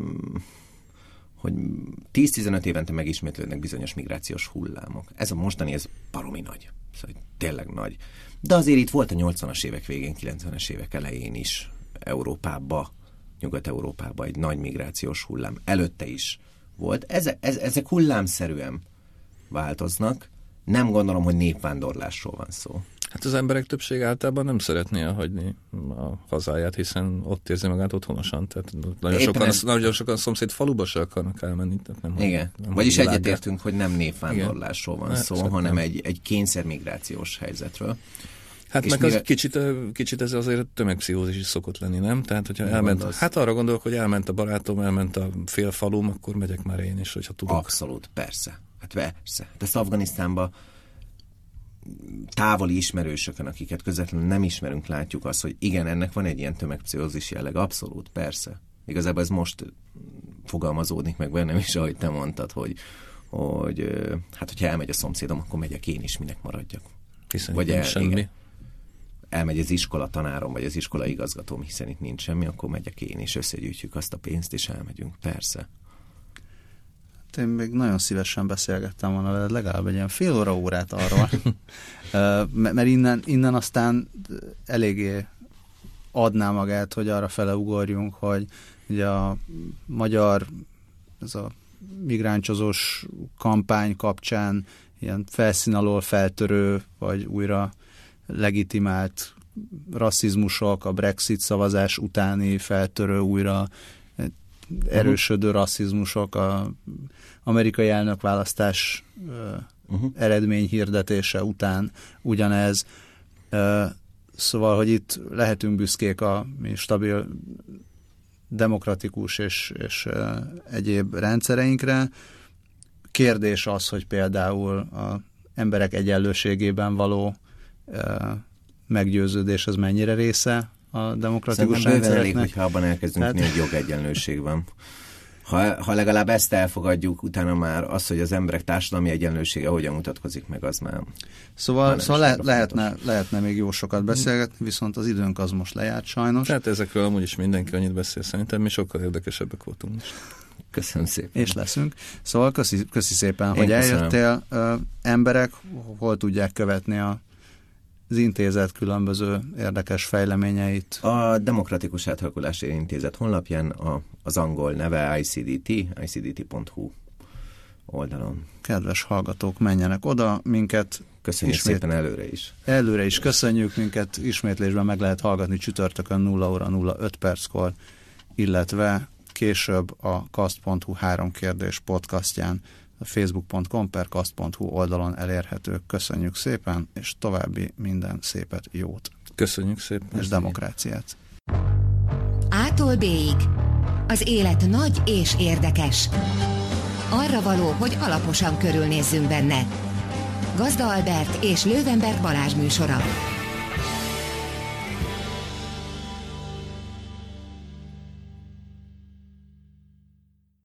10-15 évente megismétlődnek bizonyos migrációs hullámok. Ez a mostani, ez baromi nagy. Szóval tényleg nagy. De azért itt volt a 80-as évek végén, 90-es évek elején is Európába, Nyugat-Európába egy nagy migrációs hullám. Előtte is volt. Ezek hullámszerűen változnak. Nem gondolom, hogy népvándorlásról van szó. Hát az emberek többség általában nem szeretné elhagyni a hazáját, hiszen ott érzi magát otthonosan. Tehát nagyon sokan szomszéd faluba se akarnak elmenni. Tehát nem, igen. Vagyis egyetértünk, hogy nem népvándorlásról van szó, hanem egy kényszermigrációs helyzetről. Hát meg az kicsit ez azért tömegpszichózis is szokott lenni, nem? Tehát, hogyha elment, hát arra gondolok, hogy elment a barátom, elment a fél falum, akkor megyek már én is, hogyha tudok. Abszolút, persze. Hát persze. Hát ezt Afganisztánban távoli ismerősökön, akiket közvetlenül nem ismerünk, látjuk azt, hogy igen, ennek van egy ilyen tömegpszichózis jelleg. Abszolút, persze. Igazából ez most fogalmazódik meg bennem is, ahogy te mondtad, hogy hát, hogyha elmegy a szomszédom, akkor megyek én is, minek maradjak. Hiszen vagy semmi. Igen, elmegy az iskola tanárom, vagy az iskola igazgatóm, hiszen itt nincs semmi, akkor megyek én, és összegyűjtjük azt a pénzt, és elmegyünk. Persze. Én még nagyon szívesen beszélgettem volna veled legalább egy ilyen fél órát arról, mert innen aztán eléggé adná magát, hogy arra fele ugorjunk, hogy ugye a magyar ez a migráncsozós kampány kapcsán ilyen felszín alól feltörő, vagy újra legitimált rasszizmusok, a Brexit szavazás utáni feltörő, újra erősödő rasszizmusok, a amerikai elnökválasztás eredmény hirdetése után ugyanez. Szóval, hogy itt lehetünk büszkék a mi stabil demokratikus és egyéb rendszereinkre. Kérdés az, hogy például az emberek egyenlőségében való meggyőződés az mennyire része a demokratikus rendszereknek. Szerintem bőven elég, hogyha abban elkezdünk tenni, hogy jogegyenlőség van. Ha legalább ezt elfogadjuk, utána már az, hogy az emberek társadalmi egyenlősége hogyan mutatkozik meg, az már... Szóval lehetne még jó sokat beszélgetni, viszont az időnk az most lejárt sajnos. Tehát ezekről amúgy is mindenki annyit beszél, szerintem mi sokkal érdekesebbek voltunk most. Köszönöm szépen. És leszünk. Szóval köszi szépen, hogy eljöttél. Emberek hol tudják követni a az intézet különböző érdekes fejleményeit? A Demokratikus Átalakulási Intézet honlapján az angol neve icdt.hu oldalon. Kedves hallgatók, menjenek oda, minket köszönjük szépen előre is. Előre is köszönjük, minket ismétlésben meg lehet hallgatni csütörtökön 0 óra 05 perckor, illetve később a kast.hu 3 kérdés podcastján, a facebook.com/kast.hu oldalon elérhetők. Köszönjük szépen, és további minden szépet, jót. Köszönjük szépen. És demokráciát. A-tól B-ig. Az élet nagy és érdekes. Arra való, hogy alaposan körülnézzünk benne. Gazda Albert és Löwenberg Balázs műsora.